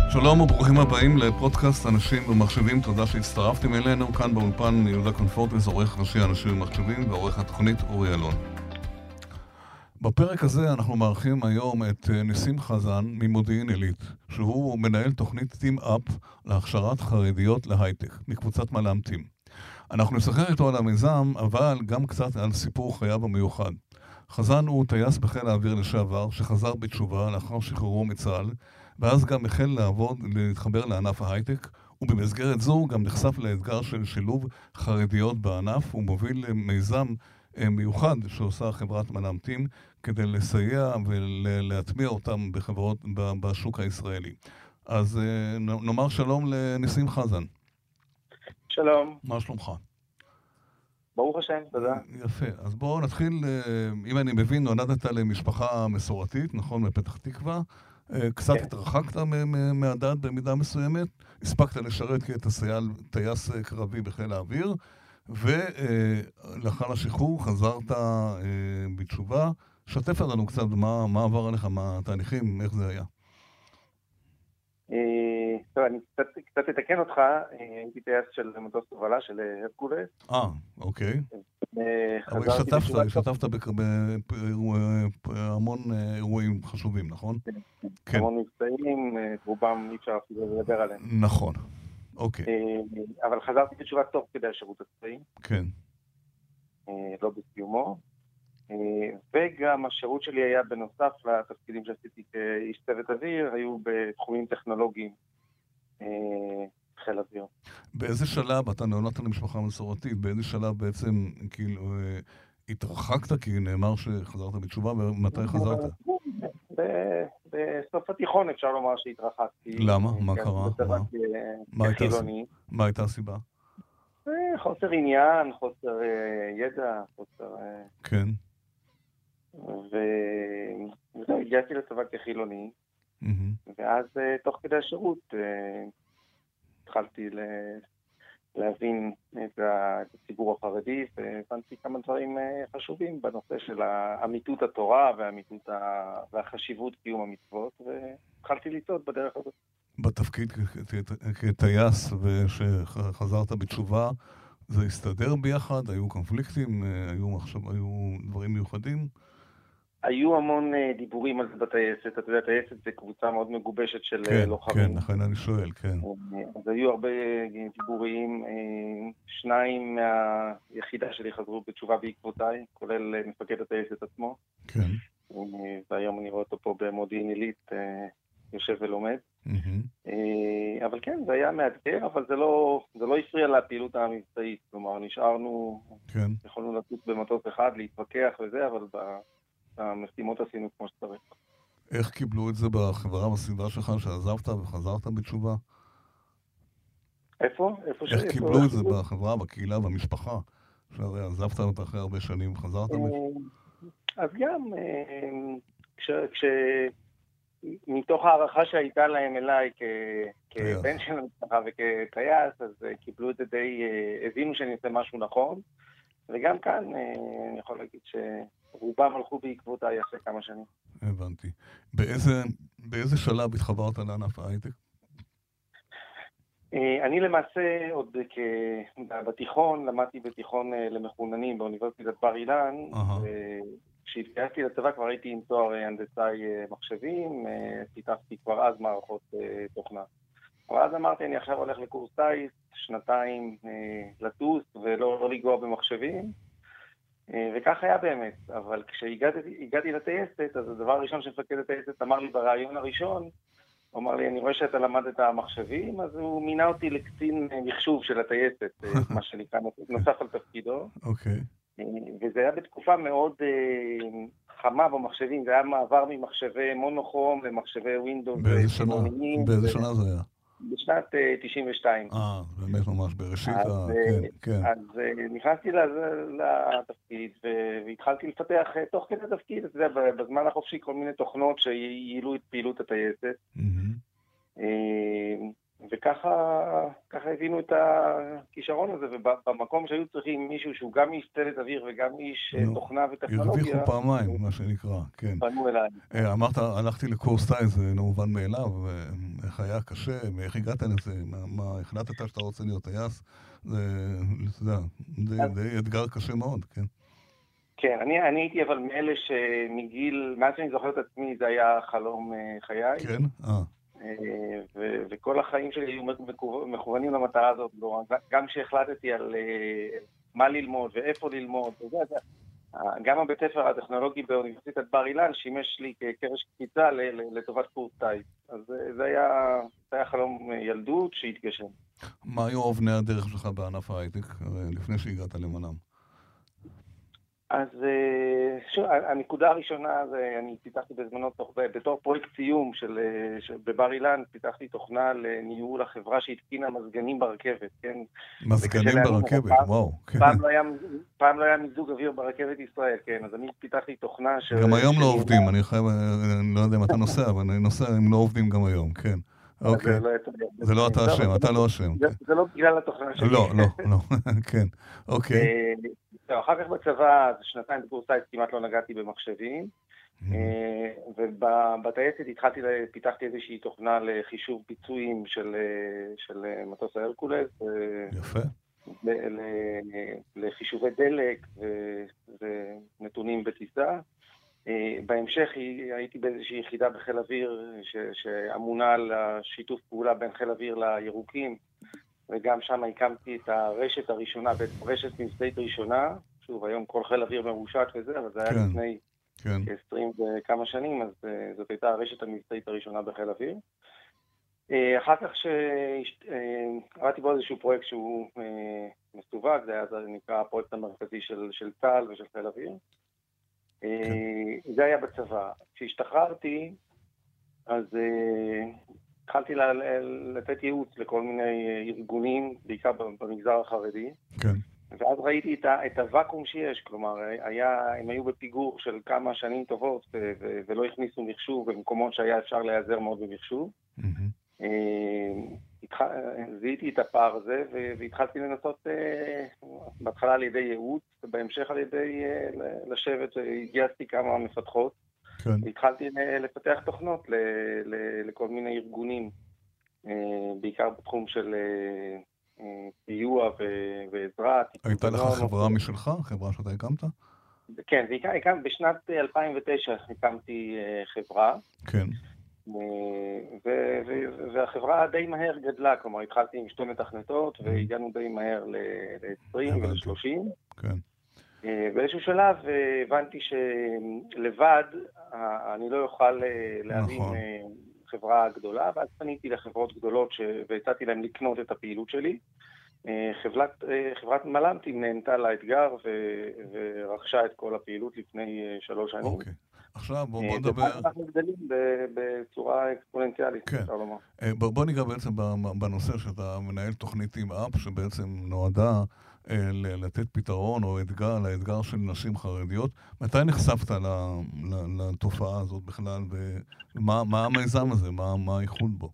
שלום וברוכים הבאים לפודקאסט אנשים ומחשבים. תודה שהצטרפתם אלינו. כאן באולפן יהודה קונפורטס, עורך ראשי אנשים ומחשבים ועורך התוכנית אורי אלון. בפרק הזה אנחנו מארחים היום את ניסים חזן ממודיעין עילית, שהוא מנהל תוכנית טים-אפ להכשרת חרדיות להייטק מקבוצת מלאמתים. אנחנו נשוחח איתו על המיזם, אבל גם קצת על סיפור חייו המיוחד. חזן הוא טייס בחיל האוויר לשעבר שחזר בתשובה לאחר שחרורו מצה"ל, ואז גם החל להתחבר לענף ההייטק, ובמסגרת זו גם נחשף לאתגר של שילוב חרדיות בענף, ומוביל מיזם מיוחד שעושה חברת מלאמתים כדי לסייע ולהטמיע אותם בחברות בשוק הישראלי. אז נאמר שלום לניסים חזן. שלום. מה שלומך? ברוך השם, תודה. יפה. אז בואו נתחיל, אם אני מבין, נולדת למשפחה מסורתית, נכון, מפתח תקווה. קצת התרחקת מהדת במידה מסוימת, הספקת לשרת כטייס קרבי בחיל האוויר, ולאחר השחרור חזרת בתשובה. שתף לנו קצת מה עבר עליך, מה התהליכים, איך זה היה. טוב, אני קצת אתקן אותך, הייתי טייס של מטוס תובלה של הרקולס. אוקיי. אבל השתתפת בהמון אירועים חשובים, נכון? כן. המון מבצעים, רובם אי אפשר אפילו לדבר עליהם. נכון, אוקיי. אבל חזרתי בתשובה תוך כדי השירות הצבאי. כן. לא בסיומו. וגם השירות שלי היה בנוסף לתפקידים שעשיתי כאיש צוות אוויר, היו בתחומים טכנולוגיים. חיל אוויר. באיזה שלב, אתה נולדת למשפחה מסורתית, באיזה שלב בעצם כאילו התרחקת, כי נאמר שחזרת בתשובה, ומתי חזרת? בסוף התיכון אפשר לומר שהתרחקתי. למה? מה קרה? מה הייתה הסיבה? חוסר עניין, חוסר ידע, חוסר... כן. והגעתי לצבא כחילוני, ואז תוך כדי השירות התחלתי להבין את הציבור החרדי, והבנתי כמה דברים חשובים בנושא של האמיתות התורה והחשיבות קיום המצוות, והתחלתי לצעוד בדרך הזאת. בתפקיד כטייס ושחזרת בתשובה, זה הסתדר ביחד? היו קונפליקטים? היו דברים מיוחדים? היו המון דיבורים על זה בטייסת. אתה יודע, טייסת זה קבוצה מאוד מגובשת של לוחמים. כן, לכן אני שואל, כן. אז היו הרבה דיבורים. שניים מהיחידה שלי חזרו בתשובה בעקבותיי, כולל מפקד הטייסת עצמו. כן. והיום אני רואה אותו פה במודיעין עילית, יושב ולומד. אבל כן, זה היה מאתגר, אבל זה לא הפריע לפעילות המבצעית. כלומר, נשארנו, יכולנו לטוס במטוס אחד, להתווכח וזה, אבל המשימות עשינו כמו שצריך. איך קיבלו את זה בחברה בסביבה שלך שעזבת וחזרת בתשובה? איפה? איך קיבלו את זה בחברה, בקהילה, במשפחה? שהרי עזבת אותה אחרי הרבה שנים וחזרת בתשובה? אז גם, מתוך הערכה שהייתה להם אליי כבן של המשפחה וכטייס, אז קיבלו את זה די, הבינו שאני עושה משהו נכון, וגם כאן אני יכול להגיד שרובם הלכו בעקבותיי אחרי כמה שנים. הבנתי. באיזה שלב התחברת לענף ההייטק? אני למעשה עוד בתיכון, למדתי בתיכון למחוננים באוניברסיטת בר אילן, כשהתגייסתי לצבא כבר הייתי עם תואר הנדסאי מחשבים, פיתחתי כבר אז מערכות תוכנה. אבל אז אמרתי, אני עכשיו הולך לקורס טייס, שנתיים לטוס ולא לגוע במחשבים, וכך היה באמת. אבל כשהגעתי לטייסת, אז הדבר הראשון שמפקד הטייסת אמר לי ברעיון הראשון, הוא אמר לי, אני רואה שאתה למדת המחשבים, אז הוא מינה אותי לקצין מחשוב של הטייסת, מה שנקרא נוסף על תפקידו. אוקיי. וזה היה בתקופה מאוד חמה במחשבים, זה היה מעבר ממחשבי מונוכרום למחשבי ווינדוס. באיזה שנה זה היה? בשנת 92. באמת ממש בראשית, כן. אז נכנסתי לתפקיד והתחלתי לפתח תוך כדי התפקיד, אתה יודע, בזמן החופשי כל מיני תוכנות שיעילו את פעילות הטייסת. וככה הבינו את הכישרון הזה, ובמקום שהיו צריכים מישהו שהוא גם איש צוות אוויר וגם איש תוכנה וטכנולוגיה. הרוויחו פעמיים, מה שנקרא, כן. פנו אליי. אמרת, הלכתי לקורס טייס, זה לא מובן מאליו, איך היה קשה, איך הגעת לזה, מה החלטת שאתה רוצה להיות טייס, זה אתגר קשה מאוד, כן. כן, אני הייתי אבל מאלה שמגיל, מאז שאני זוכר את עצמי, זה היה חלום חיי. כן? וכל החיים שלי היו מכוונים למטרה הזאת, גם כשהחלטתי על מה ללמוד ואיפה ללמוד, גם הבית ספר הטכנולוגי באוניברסיטת בר אילן שימש לי כקרש קפיצה לטובת קורס טייס. אז זה היה חלום ילדות שהתגשם. מה היו אבני הדרך שלך בענף ההייטק לפני שהגעת למנם? אז שוב, הנקודה הראשונה זה, אני פיתחתי בזמנו, בתור פרויקט סיום בבר אילן, פיתחתי תוכנה לניהול החברה שהתקינה מזגנים ברכבת, כן? מזגנים ברכבת, וואו. פעם לא היה מיזוג אוויר ברכבת ישראל, כן? אז אני פיתחתי תוכנה גם היום לא עובדים, אני לא יודע אם אתה נוסע, אבל אני נוסע, הם לא עובדים גם היום, כן. אוקיי. זה לא אתה אשם, אתה לא אשם. זה לא בגלל התוכנה שלי. לא, כן. אוקיי. אחר כך בצבא, שנתיים בקורס טייס כמעט לא נגעתי במחשבים, ובטייסת פיתחתי איזושהי תוכנה לחישוב ביצועים של מטוס ההרקולס. יפה. לחישובי דלק ונתונים בטיסה. בהמשך הייתי באיזושהי יחידה בחיל אוויר שאמונה על השיתוף פעולה בין חיל אוויר לירוקים, וגם שם הקמתי את הרשת הראשונה, רשת מבצעית ראשונה. שוב, היום כל חיל אוויר מרושת וזה, אבל זה היה לפני כ-20 וכמה שנים, אז זאת הייתה הרשת המבצעית הראשונה בחיל אוויר. אחר כך שעבדתי בו איזשהו פרויקט שהוא מסווג, זה נקרא הפרויקט המרכזי של צה"ל ושל חיל אוויר. זה היה בצבא. כשהשתחררתי, אז התחלתי לתת ייעוץ לכל מיני ארגונים, בעיקר במגזר החרדי. כן. ואז ראיתי את הוואקום שיש, כלומר, הם היו בפיגור של כמה שנים טובות, ולא הכניסו מחשוב במקומות שהיה אפשר להיעזר מאוד במחשוב. זיהיתי את הפער הזה, והתחלתי לנסות בהתחלה על ידי ייעוץ, ובהמשך על ידי לשבת, הגייסתי כמה מפתחות, והתחלתי לפתח תוכנות לכל מיני ארגונים, בעיקר בתחום של סיוע ועזרה. הייתה לך חברה משלך? חברה שאתה הקמת? כן, בשנת 2009 הקמתי חברה. כן. והחברה די מהר גדלה, כלומר התחלתי עם 2 מתכנתות והגענו די מהר ל-20 ול-30. כן. באיזשהו שלב הבנתי שלבד אני לא אוכל להבין חברה גדולה, ואז פניתי לחברות גדולות והצעתי להם לקנות את הפעילות שלי. חברת מלמטים נהנתה לאתגר ורכשה את כל הפעילות לפני 3 שנים. אוקיי. עכשיו בוא נדבר... אנחנו גדלים בצורה אקספוננציאלית, אפשר לומר. בוא ניגע בעצם בנושא שאתה מנהל תוכנית טים-אפ, שבעצם נועדה לתת פתרון או לאתגר של נשים חרדיות. מתי נחשפת לתופעה הזאת בכלל, ומה המיזם הזה, מה הייחוד בו?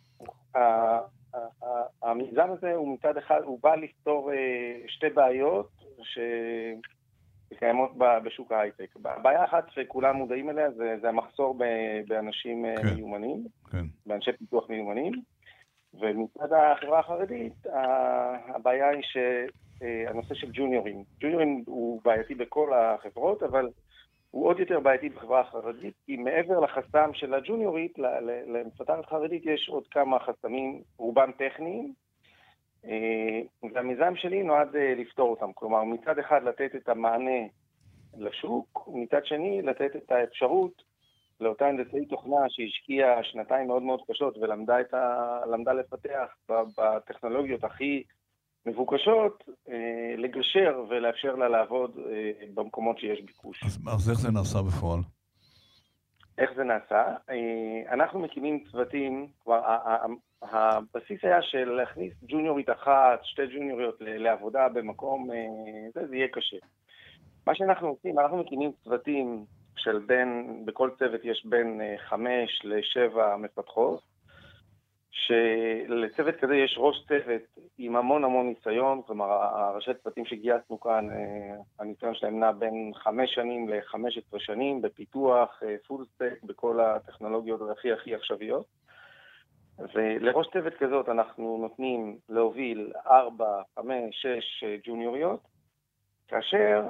המיזם הזה הוא מצד אחד, הוא בא לפתור 2 בעיות שקיימות בשוק ההייטק. בעיה אחת שכולם מודעים אליה זה המחסור באנשים מיומנים, באנשי פיתוח מיומנים, ומצד החברה החרדית הבעיה היא שהנושא של ג'וניורים. ג'וניורים הוא בעייתי בכל החברות, אבל הוא עוד יותר בעייתי בחברה החרדית, כי מעבר לחסם של הג'וניורית, למפתחת חרדית יש עוד כמה חסמים, רובם טכניים, והמיזם שלי נועד לפתור אותם. כלומר, מצד אחד לתת את המענה לשוק, ומצד שני לתת את האפשרות לאותה הנדסאי תוכנה שהשקיעה 2 מאוד מאוד קשות ולמדה לפתח בטכנולוגיות הכי מבוקשות, לגשר ולאפשר לה לעבוד במקומות שיש ביקוש. אז איך זה נעשה בפועל? איך זה נעשה? אנחנו מקימים צוותים, כבר הבסיס היה של להכניס ג'וניורית אחת, 2 ג'וניוריות לעבודה במקום, זה יהיה קשה. מה שאנחנו עושים, אנחנו מקימים צוותים של בכל צוות יש בין 5 ל-7 מפתחות, שלצוות כזה יש ראש צוות עם המון ניסיון, כלומר, הראשי צוותים שגייסנו כאן, הניסיון שלהם נע בין 5 שנים ל-15 שנים, בפיתוח, פול סטק, בכל הטכנולוגיות הכי עכשוויות. ולראש צוות כזאת אנחנו נותנים להוביל 4, 5, 6 ג'וניוריות, כאשר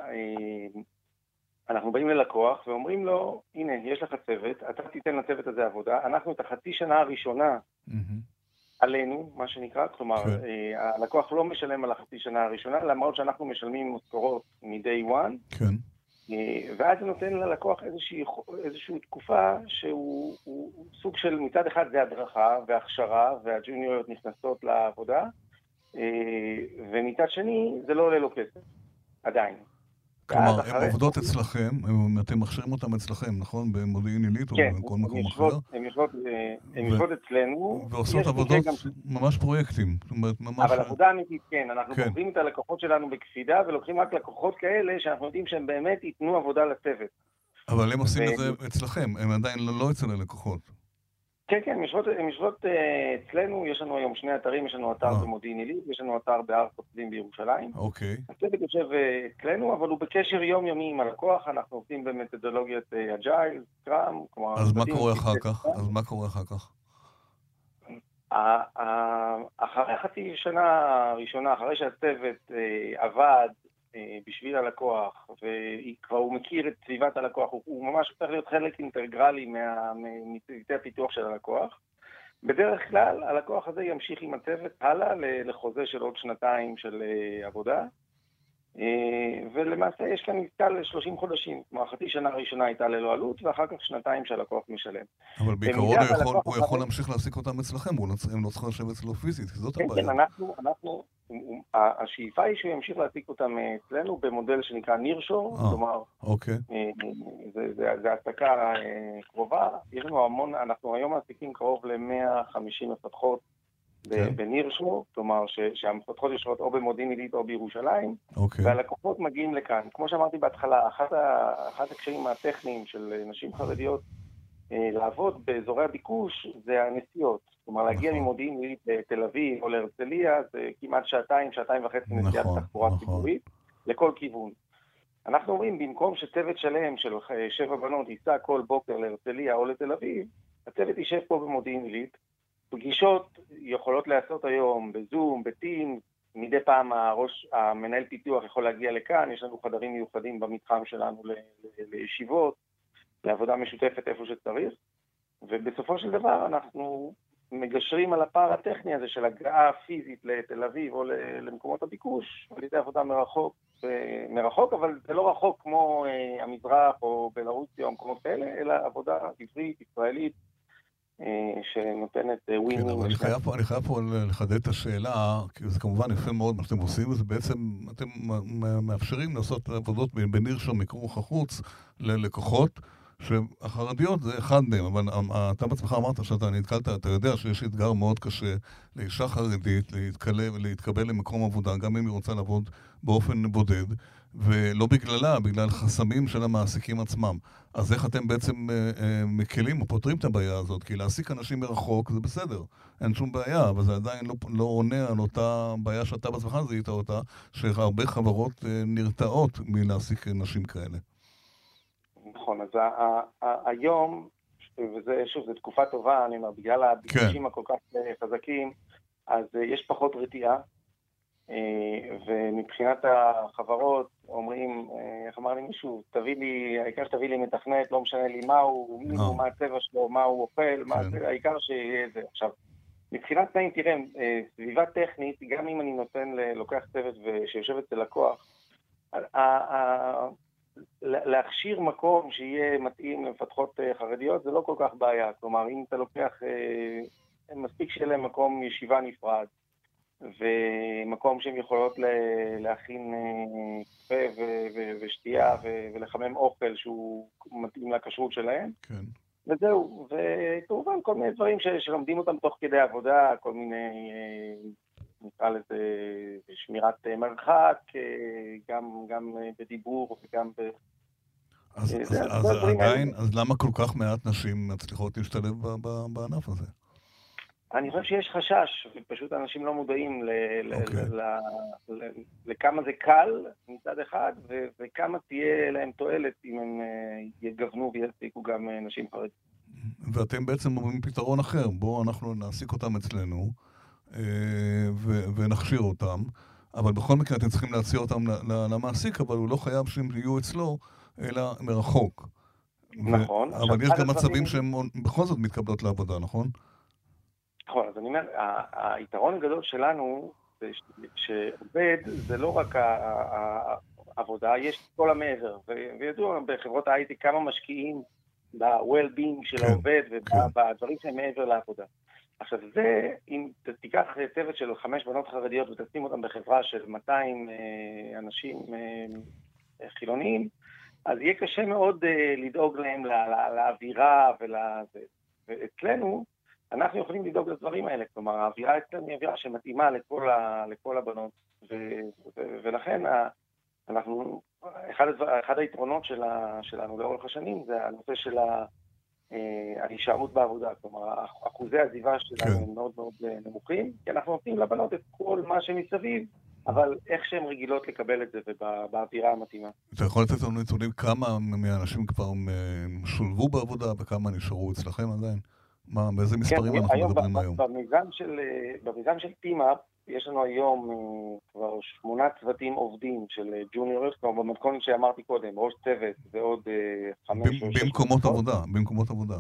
אנחנו באים ללקוח ואומרים לו, הנה, יש לך צוות, אתה תיתן לצוות הזה עבודה, אנחנו את החצי שנה הראשונה עלינו, מה שנקרא, כלומר, הלקוח לא משלם על החצי שנה הראשונה, למרות שאנחנו משלמים משכורות מ-day one, ואז זה נותן ללקוח איזושהי תקופה שהוא סוג של, מצד אחד זה הדרכה והכשרה, והג'וניוריות נכנסות לעבודה, ומצד שני זה לא עולה לו כסף, עדיין. כלומר, הן עובדות אצלכם, אתם מכשירים אותם אצלכם, נכון? במודיעין עילית או בכל מקום אחר? הן יושבות אצלנו. ועושות עבודות ממש פרויקטים. אבל עבודה אמיתית, כן. אנחנו בוחרים את הלקוחות שלנו בקפידה, ולוקחים רק לקוחות כאלה שאנחנו יודעים שהם באמת ייתנו עבודה לצוות. אבל הם עושים את זה אצלכם, הם עדיין לא אצל הלקוחות. כן, הן יושבות אצלנו, יש לנו היום 2 אתרים, יש לנו אתר במודיעין עילית, יש לנו אתר בהר חוצבים בירושלים. אוקיי. הצוות יושב אצלנו, אבל הוא בקשר יומיומי עם הלקוח, אנחנו עובדים במתודולוגיית אג'ייל, סקראם, כלומר... אז מה קורה אחר כך? אחרי חצי שנה הראשונה, אחרי שהצוות עבד בשביל הלקוח, וכבר הוא מכיר את סביבת הלקוח, הוא ממש צריך להיות חלק אינטגרלי מצוותי הפיתוח של הלקוח. בדרך כלל, הלקוח הזה ימשיך עם הצוות הלאה לחוזה של עוד 2 של עבודה, ולמעשה יש כאן עסקה ל-30 חודשים. כלומר, חצי שנה הראשונה הייתה ללא עלות, ואחר כך 2 שהלקוח משלם. אבל בעיקרון הוא יכול להמשיך להעסיק אותם אצלכם, הם לא צריכים לשבת אצלו פיזית, כי זאת הבעיה. כן, השאיפה היא שהוא ימשיך להעסיק אותם אצלנו במודל שנקרא נירשור, כלומר, זה העסקה קרובה. יש לנו המון, אנחנו היום מעסיקים קרוב ל-150 מפתחות בנירשור, כלומר שהמפתחות יושבות או במודיעין עילית או בירושלים, והלקוחות מגיעים לכאן. כמו שאמרתי בהתחלה, אחת הקשיים הטכניים של נשים חרדיות לעבוד באזורי הביקוש זה הנסיעות. כלומר, להגיע ממודיעין עילית לתל אביב או להרצליה, זה כמעט 2.5 נסיעה בתחבורה ציבורית לכל כיוון. אנחנו אומרים, במקום שצוות שלם של 7 בנות ייסע כל בוקר להרצליה או לתל אביב, הצוות יישב פה במודיעין עילית. פגישות יכולות לעשות היום בזום, בטים, מדי פעם המנהל פיתוח יכול להגיע לכאן, יש לנו חדרים מיוחדים במתחם שלנו לישיבות, לעבודה משותפת איפה שצריך, ובסופו של דבר אנחנו מגשרים על הפער הטכני הזה של הגעה פיזית לתל אביב או למקומות הביקוש, על ידי עבודה מרחוק, אבל זה לא רחוק כמו המזרח או בלרוסיה או מקומות כאלה, אלא עבודה עברית, ישראלית, שנותנת ווין. כן, אבל אני חייב פה לחדד את השאלה, כי זה כמובן יפה מאוד מה שאתם עושים, וזה בעצם, אתם מאפשרים לעשות עבודות בנירשור מיקרוך החוץ ללקוחות, שהחרדיות זה אחד מהם, אבל אתה בעצמך אמרת שאתה נתקלת, אתה יודע שיש אתגר מאוד קשה לאישה חרדית להתקבל למקום עבודה, גם אם היא רוצה לעבוד באופן בודד, ולא בגללה, בגלל חסמים של המעסיקים עצמם. אז איך אתם בעצם מקלים או פותרים את הבעיה הזאת? כי להעסיק אנשים מרחוק זה בסדר, אין שום בעיה, אבל זה עדיין לא עונה על אותה בעיה שאתה בעצמך זיהית אותה, שהרבה חברות נרתעות מלהעסיק נשים כאלה. נכון, אז היום, וזה שוב, זו תקופה טובה, אני אומר, בגלל הביקושים הכל כך חזקים, אז יש פחות רתיעה, ומבחינת החברות אומרים, איך אמר לי מישהו, העיקר שתביא לי מתכנת, לא משנה לי מה הצבע שלו, מה הוא אוכל, העיקר שיהיה זה. עכשיו, מבחינת תנאים, תראה, סביבה טכנית, גם אם אני לוקח צוות שיושב אצל לקוח, להכשיר מקום שיהיה מתאים למפתחות חרדיות, זה לא כל כך בעיה. כלומר, אם אתה לוקח, מספיק שיהיה להם מקום ישיבה נפרד, ומקום שהן יכולות להכין קפה ושתייה ולחמם אוכל שהוא מתאים לכשרות שלהם. כן. וזהו. וכמובן כל מיני דברים שלומדים אותם תוך כדי עבודה, כל מיני, נקרא לזה שמירת מרחק, גם בדיבור וגם אז עדיין, אז למה כל כך מעט נשים מצליחות להשתלב בענף הזה? אני חושב שיש חשש, ופשוט אנשים לא מודעים לכמה זה קל מצד אחד, וכמה תהיה להם תועלת אם הם יגוונו ויעסיקו גם נשים חרדיות. ואתם בעצם אומרים פתרון אחר, בואו אנחנו נעסיק אותם אצלנו, ונכשיר אותם, אבל בכל מקרה אתם צריכים להציע אותם למעסיק, אבל הוא לא חייב שהם יהיו אצלו, אלא מרחוק. נכון. אבל יש גם מצבים שהם בכל זאת מתקבלות לעבודה, נכון? נכון, אז אני אומר, היתרון הגדול שלנו, שעובד זה לא רק העבודה, יש כל המעבר, וידוע בחברות ההייטק כמה משקיעים ב-well-being של העובד ובדברים שהם מעבר לעבודה. עכשיו זה, אם תיקח צוות של 5 בנות חרדיות ותשים אותם בחברה של 200 אנשים חילוניים, אז יהיה קשה מאוד לדאוג להם לאווירה ואצלנו, אנחנו יכולים לדאוג לדברים האלה, כלומר האווירה אצלנו היא אווירה שמתאימה לכל הבנות, ולכן אנחנו, אחד היתרונות שלנו לאורך השנים זה הנושא של ההישארות בעבודה, כלומר אחוזי העזיבה שלנו הם מאוד מאוד נמוכים, כי אנחנו נותנים לבנות את כל מה שמסביב, אבל איך שהן רגילות לקבל את זה ובאווירה המתאימה. אתה יכול לתת לנו נתונים כמה מהאנשים כבר שולבו בעבודה וכמה נשארו אצלכם עדיין? באיזה מספרים אנחנו מדברים היום? במיזם של טימאפ יש לנו היום כבר 8 צוותים עובדים של ג'וניורס, כמו במתכונת שאמרתי קודם, ראש צוות ועוד 5 או 6. במקומות עבודה.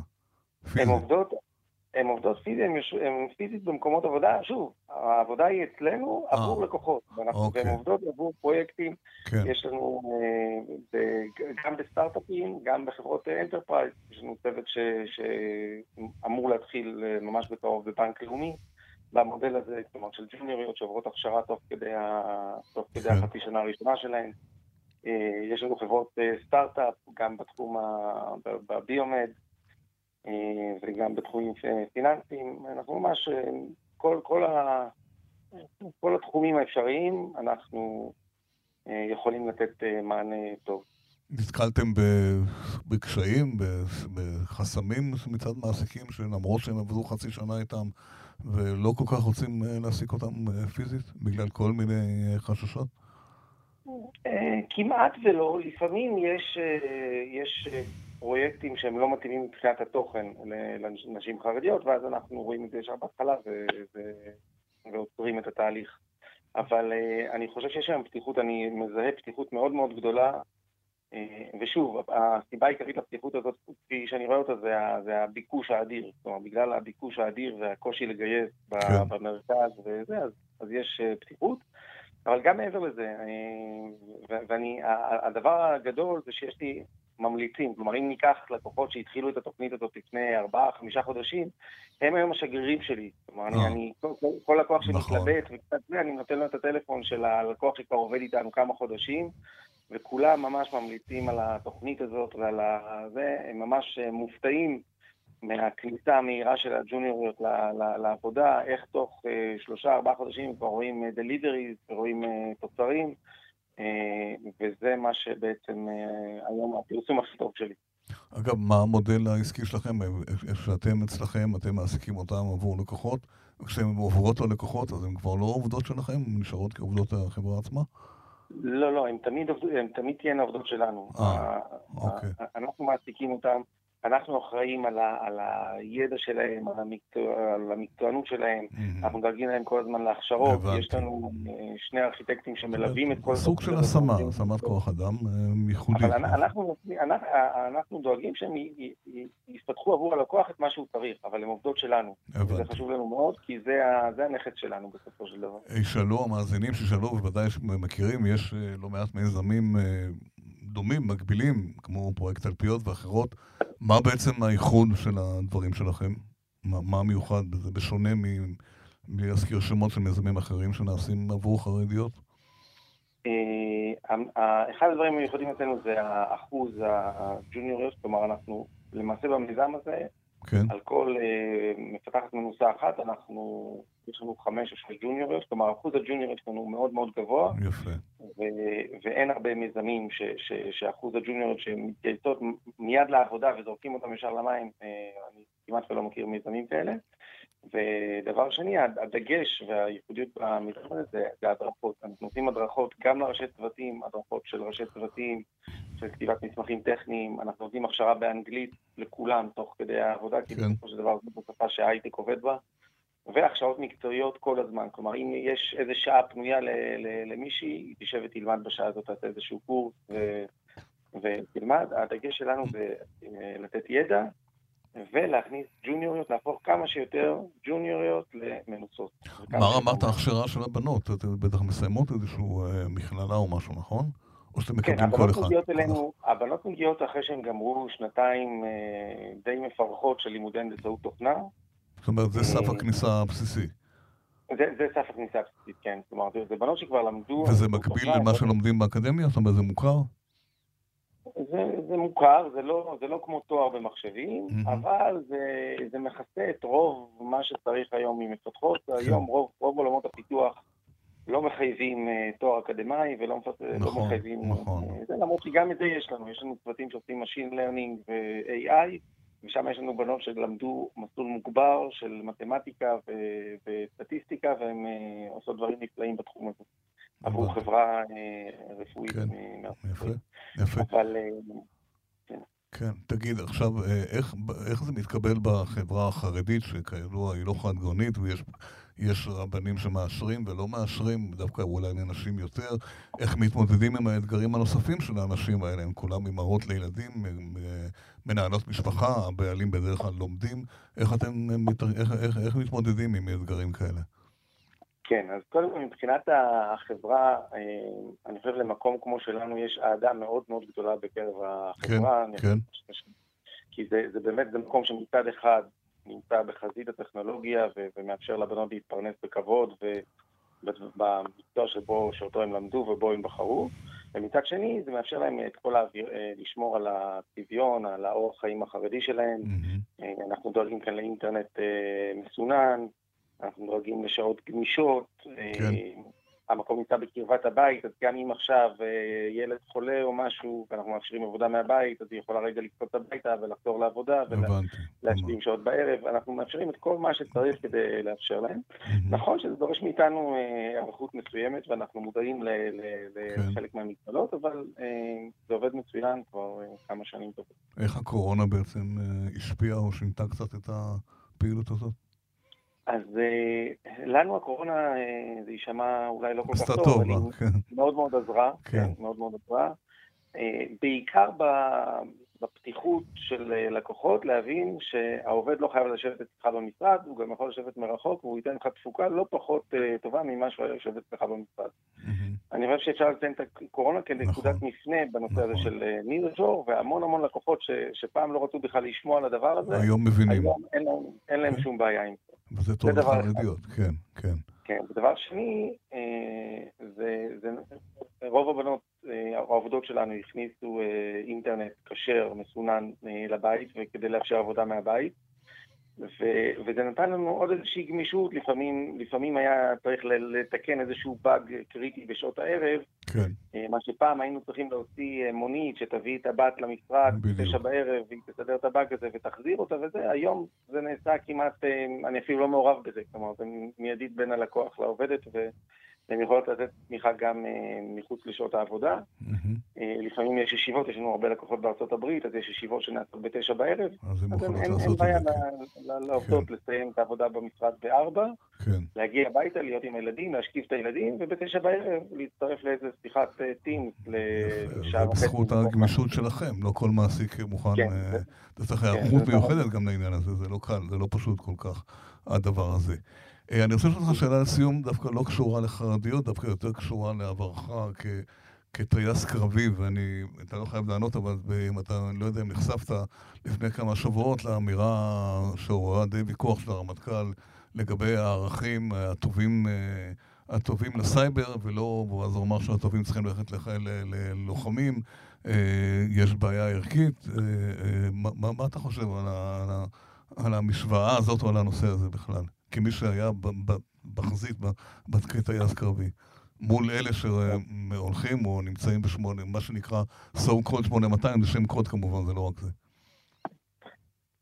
הן עובדות פיזית במקומות עבודה, שוב, העבודה היא אצלנו עבור לקוחות, והן עובדות עבור פרויקטים, יש לנו גם בסטארט-אפים, גם בחברות אנטרפרייז, יש לנו צוות שאמור להתחיל ממש בקרוב בבנק לאומי, במודל הזה, כלומר של ג'וניוריות שעוברות הכשרה תוך כדי החצי שנה הראשונה שלהן, יש לנו חברות סטארט-אפ, גם בתחום בביומד, וגם בתחומים פיננסיים, אנחנו ממש, כל התחומים האפשריים, אנחנו יכולים לתת מענה טוב. נתקלתם בקשיים, בחסמים מצד מעסיקים, שלמרות שהם עבדו חצי שנה איתם, ולא כל כך רוצים להעסיק אותם פיזית, בגלל כל מיני חששות? כמעט ולא, לפעמים יש פרויקטים שהם לא מתאימים מבחינת התוכן לנשים חרדיות, ואז אנחנו רואים את זה ישר בהתחלה ועוצרים את התהליך. אבל אני חושב שיש היום פתיחות, אני מזהה פתיחות מאוד מאוד גדולה, ושוב, הסיבה העיקרית לפתיחות הזאת, כפי שאני רואה אותה, זה הביקוש האדיר. זאת אומרת, בגלל הביקוש האדיר והקושי לגייס במרכז וזה, אז יש פתיחות. אבל גם מעבר לזה, הדבר הגדול זה שיש לי ממליצים, כלומר אם ניקח לקוחות שהתחילו את התוכנית הזאת לפני 4-5 חודשים, הם היום השגרירים שלי, כלומר כל לקוח שמתלבט וקצת זה, אני נותן לו את הטלפון של הלקוח שכבר עובד איתנו כמה חודשים, וכולם ממש ממליצים על התוכנית הזאת ועל זה, הם ממש מופתעים מהכניסה המהירה של הג'וניוריות לעבודה, איך תוך 3-4 חודשים כבר רואים דליבריז ורואים תוצרים, וזה מה שבעצם היום הפרסום הכי טוב שלי. אגב, מה המודל העסקי שלכם? שאתם אצלכם, אתם מעסיקים אותם עבור לקוחות, וכשהן עוברות ללקוחות, אז הן כבר לא עובדות שלכם? הן נשארות כעובדות החברה עצמה? לא, הן תמיד תהיינה עובדות שלנו. אנחנו מעסיקים אותם, אנחנו אחראים על הידע שלהם, על המקצוענות שלהם, אנחנו דרגים להם כל הזמן להכשרות, יש לנו 2 ארכיטקטים שמלווים את כל... סוג של השמת כוח אדם ייחודית. אבל אנחנו דואגים שהם יפתחו עבור הלקוח את מה שהוא צריך, אבל הם עובדות שלנו. זה חשוב לנו מאוד, כי זה הנכס שלנו בסופו של דבר. שאלו, המאזינים ששאלו, ובוודאי שמכירים, יש לא מעט מיזמים דומים, מקבילים, כמו פרויקט תלפיות ואחרות. מה בעצם הייחוד של הדברים שלכם? מה מיוחד בזה, בשונה מלהזכיר שמות של מיזמים אחרים שנעשים עבור חרדיות? אחד הדברים המיוחדים אצלנו זה האחוז הג'וניוריות, כלומר אנחנו למעשה במיזם הזה, על כל מפתחת מנוסה אחת, יש לנו 5 או 6 ג'וניוריות, כלומר אחוז הג'וניוריות שלנו מאוד מאוד גבוה. יפה. ואין הרבה מיזמים שאחוז הג'וניוריות שמתגייסות מיד לעבודה וזורקים אותם ישר למים, אני כמעט ולא מכיר מיזמים כאלה. ודבר שני, הדגש והייחודיות במתחם הזה זה הדרכות. אנחנו עושים הדרכות גם לראשי צוותים, הדרכות של ראשי צוותים, של כתיבת מסמכים טכניים, אנחנו עושים הכשרה באנגלית לכולם תוך כדי העבודה, כי בסופו של דבר זו שפה שההייטק עובד בה, והכשרות מקצועיות כל הזמן. כלומר, אם יש איזו שעה פנויה למישהי, היא תשב ותלמד בשעה הזאת, תעשה איזשהו קורס ותלמד. הדגש שלנו זה לתת ידע, ולהכניס ג'וניוריות, להפוך כמה שיותר ג'וניוריות למנוסות. מה רמת ההכשרה של הבנות? אתם בטח מסיימות איזשהו מכללה או משהו, נכון? או שאתם מקבלים כל אחד? הבנות מגיעות אחרי שהם גמרו שנתיים די מפרכות של לימודי הנדסאות תוכנה. זאת אומרת, זה סף הכניסה הבסיסי. זה סף הכניסה הבסיסית, כן. כלומר, זה בנות שכבר למדו... וזה מקביל למה שלומדים באקדמיה? זאת אומרת, זה מוכר? זה מוכר, זה לא כמו תואר במחשבים, אבל זה מכסה את רוב מה שצריך היום ממפתחות. היום רוב עולמות הפיתוח לא מחייבים תואר אקדמי ולא מחייבים... זה למרות שגם את זה יש לנו צוותים שעושים Machine Learning ו-AI, ושם יש לנו בנות שלמדו מסלול מוגבר של מתמטיקה וסטטיסטיקה, והן עושות דברים נפלאים בתחום הזה. עבור חברה רפואית. יפה. אבל... כן, תגיד, עכשיו, איך זה מתקבל בחברה החרדית, שכידוע היא לא חד-גונית, ויש רבנים שמאשרים ולא מאשרים, דווקא אולי לנשים יותר, איך מתמודדים עם האתגרים הנוספים של האנשים האלה? הם כולם אמהות לילדים, מנהלות משפחה, הבעלים בדרך כלל לומדים, איך מתמודדים עם אתגרים כאלה? כן, אז קודם כל מבחינת החברה, אני חושב למקום כמו שלנו יש אהדה מאוד מאוד גדולה בקרב החברה. כן. כי זה באמת זה מקום שמצד אחד נמצא בחזית הטכנולוגיה ומאפשר לבנות להתפרנס בכבוד ובמקצוע שאותו הם למדו ובו הם בחרו. ומצד שני זה מאפשר להם את כל האוויר, לשמור על הצביון, על האורח חיים החרדי שלהם. אנחנו דואגים כאן לאינטרנט מסונן, אנחנו דואגים לשעות גמישות, המקום נמצא בקרבת הבית, אז גם אם עכשיו ילד חולה או משהו, ואנחנו מאפשרים עבודה מהבית, אז היא יכולה רגע לקפוץ הביתה ולחזור לעבודה ולהשלים שעות בערב. אנחנו מאפשרים את כל מה שצריך כדי לאפשר להם. נכון שזה דורש מאיתנו ערכות מסוימת, ואנחנו מודעים לחלק מהמגבלות, אבל זה עובד מצוין כבר כמה שנים טובות. איך הקורונה בעצם השפיעה או שינתה קצת את הפעילות הזאת? אז לנו הקורונה, זה יישמע אולי לא כל כך טוב, אבל היא מאוד מאוד עזרה, מאוד מאוד עזרה. בעיקר בפתיחות של לקוחות, להבין שהעובד לא חייב לשבת אצלך במשרד, הוא גם יכול לשבת מרחוק, והוא ייתן לך תפוקה לא פחות טובה ממה שהוא היה לשבת אצלך במשרד. אני חושב שאפשר לציין את הקורונה כנקודת מפנה בנושא הזה של נירז'ור, והמון לקוחות שפעם לא רצו בכלל לשמוע על הדבר הזה, היום מבינים. היום אין להם שום בעיה עם זה. וזה טוב לחרדיות, כן. כן, ודבר שני, רוב הבנות, העבודות שלנו הכניסו אינטרנט כשר, מסונן לבית, וכדי לאפשר עבודה מהבית, וזה נתן לנו עוד איזושהי גמישות, לפעמים היה צריך לתקן איזשהו באג קריטי בשעות הערב, מה שפעם היינו צריכים להוציא מונית שתביא את הבת למשרד 9 בערב, והיא תסדר את הבאג הזה ותחזיר אותה וזה, היום זה נעשה כמעט, אני אפילו לא מעורב בזה, כלומר זה מיידית בין הלקוח לעובדת, והן יכולות לתת תמיכה גם מחוץ לשעות העבודה. לפעמים יש ישיבות, יש לנו הרבה לקוחות בארצות הברית, אז יש ישיבות שנעשות 9 בערב, אז אין בעיה לעובדות לסיים את העבודה במשרד ב-4, להגיע הביתה, להיות עם הילדים, להשקיף את הילדים, וב-9 בערב להצטרף לאיזה שיחת טים לשעה וחצי. בזכות הגמישות שלכם, לא כל מעסיק מוכן, זה צריך היערכות מיוחדת גם לעניין הזה, זה לא קל, זה לא פשוט כל כך הדבר הזה. אני רוצה לשאול אותך שאלה לסיום, דווקא לא קשורה לחרדיות, דווקא יותר קשורה לעברך כטייס קרבי, אתה לא חייב לענות, אבל אם אתה, לא יודע, אם נחשפת לפני כמה שבועות לאמירה שעוררה די ויכוח של הרמטכ"ל לגבי הערכים הטובים לסייבר, ולא, ואז הוא אמר שהטובים צריכים ללכת ללוחמים, יש בעיה ערכית. מה אתה חושב על המשוואה הזאת או על הנושא הזה בכלל? כמי שהיה בחזית, בטייס קרבי, מול אלה שהולכים או נמצאים מה שנקרא so called 8200, זה שם קוד כמובן, זה לא רק זה.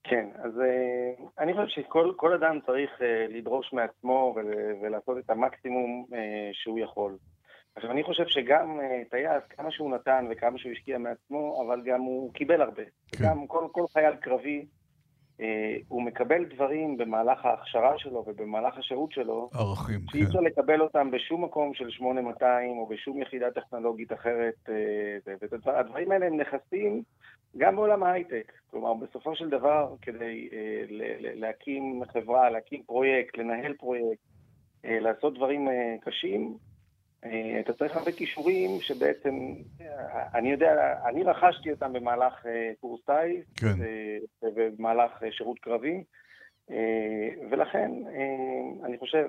כן, אז אני חושב שכל אדם צריך לדרוש מעצמו ולעשות את המקסימום שהוא יכול. עכשיו, אני חושב שגם טייס, כמה שהוא נתן וכמה שהוא השקיע מעצמו, אבל גם הוא קיבל הרבה. כן. גם כל חייל קרבי, הוא מקבל דברים במהלך ההכשרה שלו ובמהלך השירות שלו, ערכים, כן. שאי אפשר לקבל אותם בשום מקום של 8200 או בשום יחידה טכנולוגית אחרת. והדברים האלה הם נכסים גם בעולם ההייטק. כלומר, בסופו של דבר, כדי להקים חברה, להקים פרויקט, לנהל פרויקט, לעשות דברים קשים, אתה צריך הרבה כישורים שבעצם, אני יודע, אני רכשתי אותם במהלך קורס טייס, כן. ובמהלך שירות קרבי, ולכן אני חושב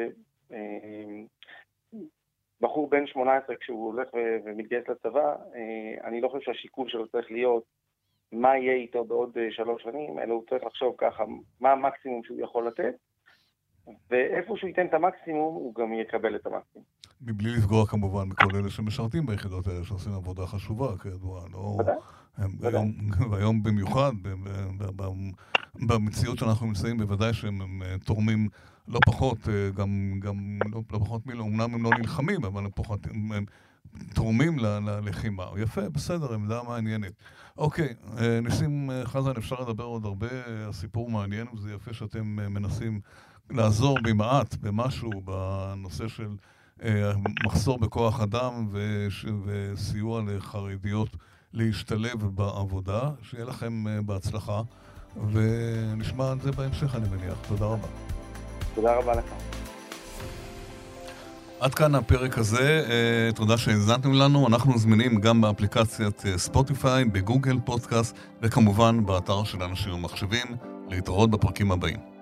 שבחור בן 18 כשהוא הולך ומתגייס לצבא, אני לא חושב שהשיקול שלו צריך להיות מה יהיה איתו בעוד 3 שנים, אלא הוא צריך לחשוב ככה, מה המקסימום שהוא יכול לתת, ואיפה שהוא ייתן את המקסימום, הוא גם יקבל את המקסימום. מבלי לפגוע כמובן בכל אלה שמשרתים ביחידות האלה, שעושים עבודה חשובה, כידוע, לא... והיום במיוחד, במציאות שאנחנו נמצאים, בוודאי שהם תורמים לא פחות, גם לא פחות מילה, אמנם הם לא נלחמים, אבל הם תורמים ללחימה. יפה, בסדר, עמדה מעניינת. אוקיי, ניסים חזן, אפשר לדבר עוד הרבה, הסיפור מעניין, וזה יפה שאתם מנסים לעזור במעט, במשהו, בנושא של מחסור בכוח אדם וסיוע לחרדיות להשתלב בעבודה. שיהיה לכם בהצלחה, ונשמע על זה בהמשך, אני מניח. תודה רבה. תודה רבה לך. עד כאן הפרק הזה, תודה שהזנתם לנו. אנחנו זמינים גם באפליקציית ספוטיפיי, בגוגל פודקאסט, וכמובן באתר של אנשים ומחשבים. להתראות בפרקים הבאים.